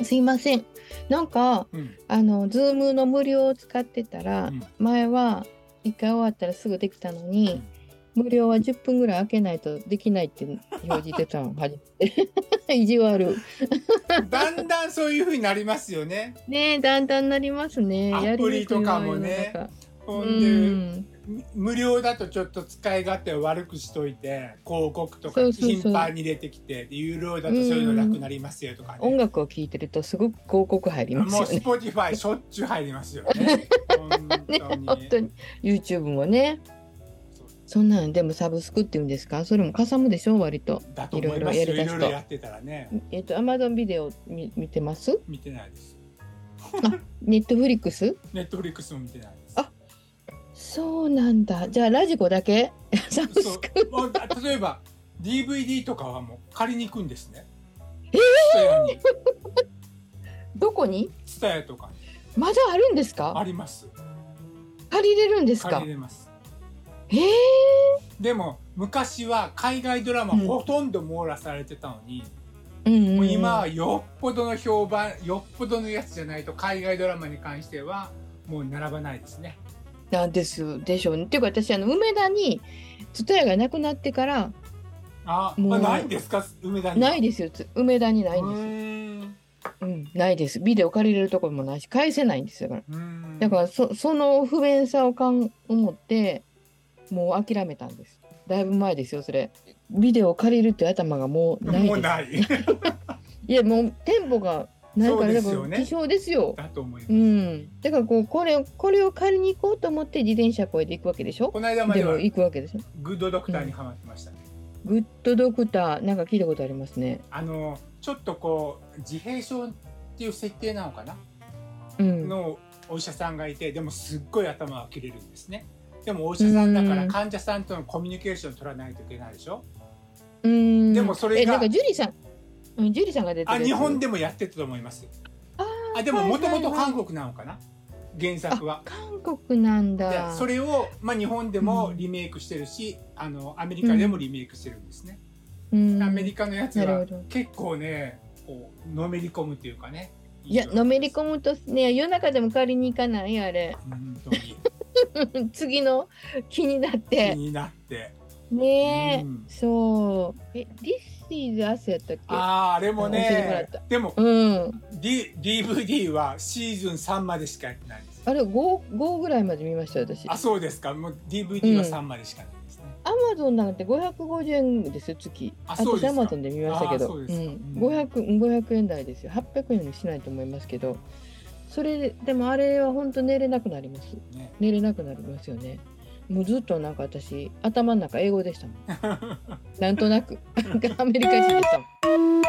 すいません。なんか、 うんズームの無料を使ってたら、 うん前は一回終わったらすぐできたのに、無料は10分ぐらい開けないとできないって表示出たの初めて。意地悪。 だんだんそういう風になりますよね。 ねえ、だんだんなりますね。 アやりプリとかにくいわ、世のもね。 中。 ほうんで、 ん。 無料だとちょっと使い勝手を悪くしといて、広告とかそうそうそう。 頻繁に出てきて、で有料だとそういうのなくなりますよとか音ね。 楽を聴いてるとすごく広告入りますもうよね。 Spotify しょっちゅう入りますよね。本ね、 当に。 本当に。YouTube もね。 そうそんなんでもサブスクっていうんですか？それもかさむでしょ、割と。 だといろいろ思いますよ。いやりだすと。 ろいろやってたらね。 Amazon ビデオ見てます？ 見てないです。 あ、Netflix？ Netflix も見てないです。 あ、そうなんだ。じゃあラジコだけサブそうスク。 もう例えば DVD とかはもう借りに行くんですね。 えツタヤに、 どこに？ ツタヤとかにまだあるんですあか？ ります。 借りれるんですか？ 借りれます。 えー、 でも昔は海外ドラマほとんど網羅されてたのに、もう今はよっぽどの評判、よっぽどのやつじゃないと海外ドラマに関してはもう並ばないですね。 なんですでしょうね。っていうか私梅田にTSUTAYAがなくなってからもうないんですか、梅田には。 ないですよ。梅田にないんです。ないです。ビデオ借りれるところもないし返せないんですよ。だからその不便さを思ってもう諦めたんです。だいぶ前ですよそれ。ビデオ借りるっていう頭がもうないです。 もうない。 いやもう店舗がないから、だからそうですよね。 希少ですよ。 だと思います。 だからこれを借りに行こうと思って自転車こいで行くわけでしょ。 この間まではでも行くわけでしょ。 グッドドクターにハマってましたね。 グッドドクターなんか聞いたことありますね。 ちょっとこう自閉症っていう設定なのかな、のお医者さんがいて、でもすっごい頭が切れるんですね。でもお医者さんだから患者さんとのコミュニケーション取らないといけないでしょ。でもそれがなんかジュリーさんが出てるやつ。 日本でもやってたと思います。でももともと韓国なのかな、原作は。 韓国なんだ。 それを、日本でもリメイクしてるし、アメリカでもリメイクしてるんですね。アメリカのやつは結構ね、こうのめり込むっていうかね。 いや、のめり込むとね、夜中でも借りに行かないあれ。 本当に次の気になってねえ、そう。This is Us やったっけ？ あれもね。でも、DVD はシーズン3までしかやってないです。 あれ5ぐらいまで見ました私。 そうですか。もう DVD は3までしかないですね。 Amazon なんて550円ですよ月。私 Amazon で見ましたけど、500円台ですよ。800円にしないと思いますけど、それでもあれは本当寝れなくなります。寝れなくなりますよね。もうずっとなんか私頭の中英語でしたもん。なんとなくアメリカ人でしたもん。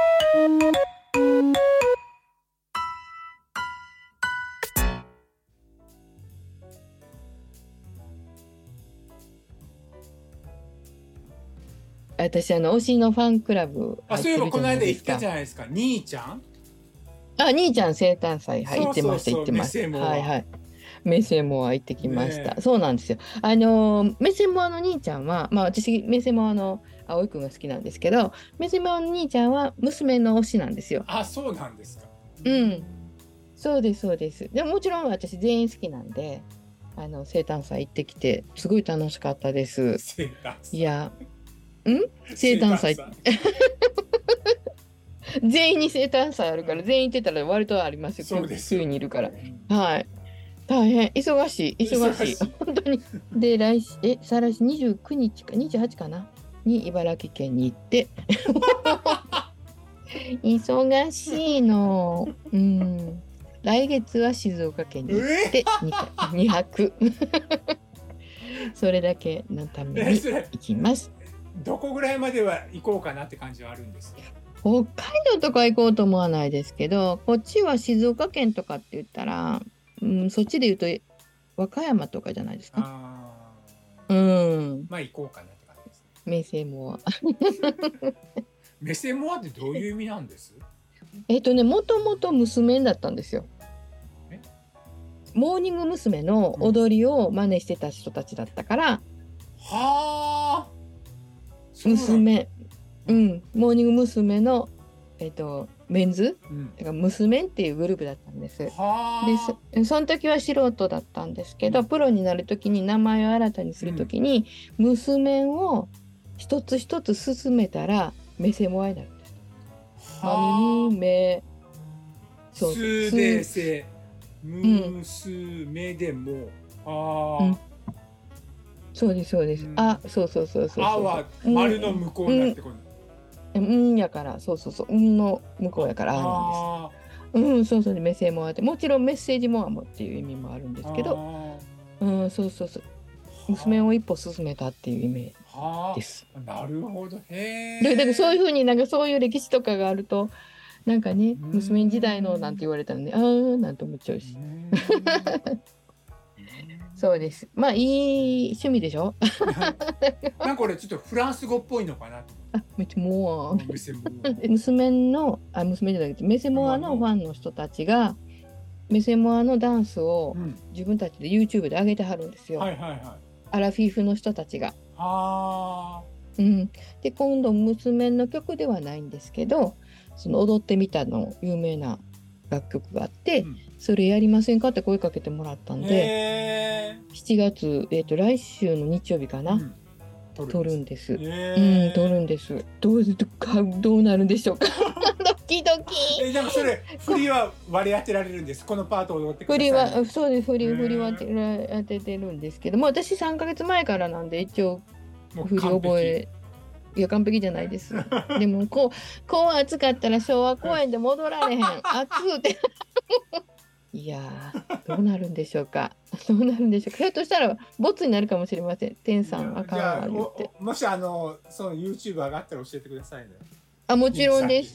私推しのファンクラブ入ってるじゃないですか。 そういえばこの間言ったじゃないですか。兄ちゃん？ 兄ちゃん生誕祭行ってました行ってました。はいはい。メセモア行ってきました。そうなんですよ。メセモアの兄ちゃんは、私メセモアの葵くんが好きなんですけど、メセモアの兄ちゃんは娘の推しなんですよ。 そうなんですか。 そうですそうです。でももちろん私全員好きなんで、生誕祭行ってきてすごい楽しかったです。いや、生誕祭。全員に生誕祭あるから、全員行ってたら割とありますよ。9人いるから。はい。大変忙しい本当に。で再来週29日か28かなに茨城県に行って忙しいの。来月は静岡県に行って2泊それだけのために行きます。 どこぐらいまでは行こうかなって感じはあるんですか？ 北海道とか行こうと思わないですけど、こっちは静岡県とかって言ったら、そっちで言うと和歌山とかじゃないですか。 行こうかなって感じですね。 メセモアメセモアってどういう意味なんです？ もともと娘だったんですよ。モーニング娘。の踊りを真似してた人たちだったから、娘、モーニング娘。のメンズ、だから娘っていうグループだったんです。でその時は素人だったんですけど、プロになる時に名前を新たにする時に、娘を一つ一つ進めたらメセモアになるんです。娘、 そうすでせ、娘でも、 そうですそうです。あ、そうそうそうそう。 あは丸の向こうになってこる。 やから、そうそうそう、の向こうやからあなんです。そうそう、メセモアって、もちろんメッセージモアもっていう意味もあるんですけど、そうそうそう、娘を一歩進めたっていう意味です。 なるほど。へえ。だからそういうふうになんかそういう歴史とかがあると、なんかね、娘時代のなんて言われたらね、なんて思っちゃうし。そうです。まあいい趣味でしょ。 なんかこれちょっとフランス語っぽいのかな。 めっちゃモア。娘じゃなくてメセモアのファンの人たちがメセモアのダンスを自分たちで YouTube で上げてはるんですよ。アラフィフの人たちが。で今度娘の曲ではないんですけど、その踊ってみたの有名な楽曲があって、それやりませんかって声かけてもらったんで、7月、来週の日曜日かな、撮るんです。撮るんです。どうなるんでしょうか。ドキドキ。 でもそれ振りは割り当てられるんです。このパートを踊ってください。 振りはそうです。振りは当ててるんですけども、私3ヶ月前からなんで一応振り覚え。いや完璧じゃないです。でもこう暑かったら昭和公園で戻られへん。暑うて。いやどうなるんでしょうか。ひょっとしたらボツになるかもしれません。天さんあかんわ言って。 もしその YouTube 上がったら教えてくださいね。 もちろんです。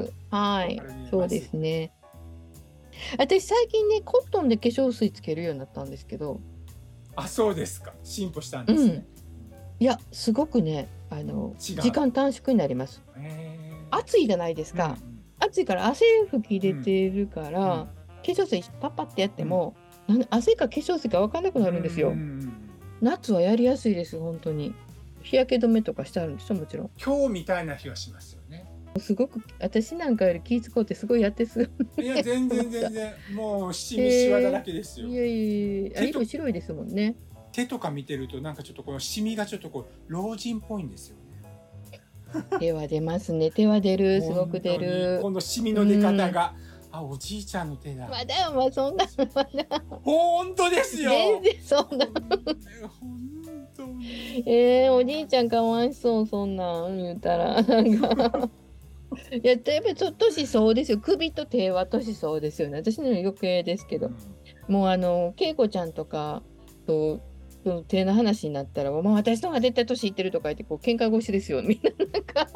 はい、そうですね。私最近ねコットンで化粧水つけるようになったんですけど。 そうですか。進歩したんですね。 いやすごくね時間短縮になります。暑いじゃないですか。暑いから汗吹き出てるから、化粧水パッパってやっても、汗か化粧水か分かんなくなるんですよ。夏はやりやすいです本当に。日焼け止めとかしてあるんですよもちろん。 今日みたいな日はしますよね。 すごく私なんかより気使ってすごいやってすごい。いや全然もう七味シワだらけですよ。 いや色白いですもんね。 手とか見てるとなんかちょっとこのシミがちょっと老人っぽいんですよね。 手は出ますね。手は出る、すごく出る。 このシミの出方が、おじいちゃんの手だ。 まだそんな本当ですよ。 全然そんな。 本当に。 おじいちゃんかわいそうそんなん言ったらなんか。いややっぱり年そうですよ。首と手は年そうですよね。私の余計ですけど、もう恵子ちゃんとかと。手の話になったら、私の方が絶対年いってるとか言って喧嘩腰ですよみんななんか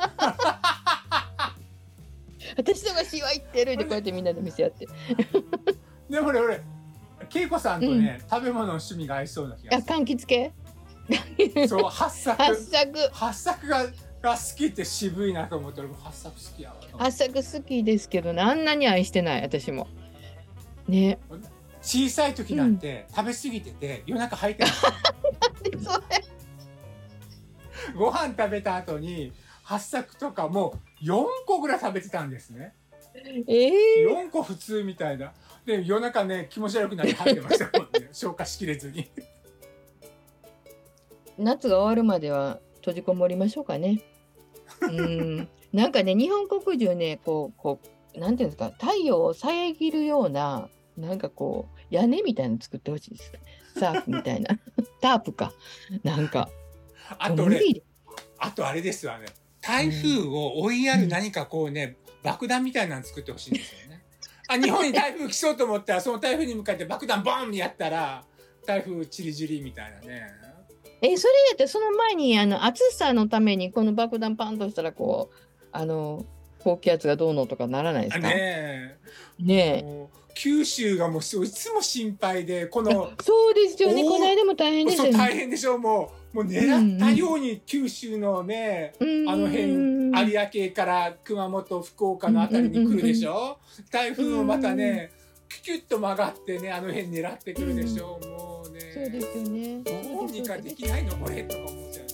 私のがシワいってるでこうやってみんなで見せ合ってでも俺恵子さんとね、食べ物の趣味が合いそうな気がする。 柑橘系そう八作が好きって渋いなと思って。俺も八作好きやわ。 八作好きですけどね、あんなに愛してない私もね。 小さい時なんて食べ過ぎてて夜中吐いてるご飯食べた後に八作とかもう4個ぐらい食べてたんですね。4個普通みたいな。で夜中ね気持ち悪くなって吐いてましたもんね。消化しきれずに夏が終わるまでは閉じこもりましょうかね。なんかね日本国中ねなんていうんですか、太陽を遮るようななんか屋根みたいなの作ってほしいです。サーフみたいなタープかなんか。 あとあれですわね。台風を追いやる何か爆弾みたいなの作ってほしいんですよね。日本に台風来そうと思ったらその台風に向かって爆弾ボンやったら台風チリジリみたいなね。 それやってその前に暑さのためにこの爆弾パンとしたら高気圧がどうのとかならないですかねえ。 九州がもういつも心配でそうですよね。この間も大変ですよね。 大変でしょう。もう狙ったように九州のね、辺有明から熊本福岡のあたりに来るでしょ。台風もまたねキュッと曲がってね辺狙ってくるでしょ。もうね。 そうですよね。 どうにかできないのこれとか思っちゃう。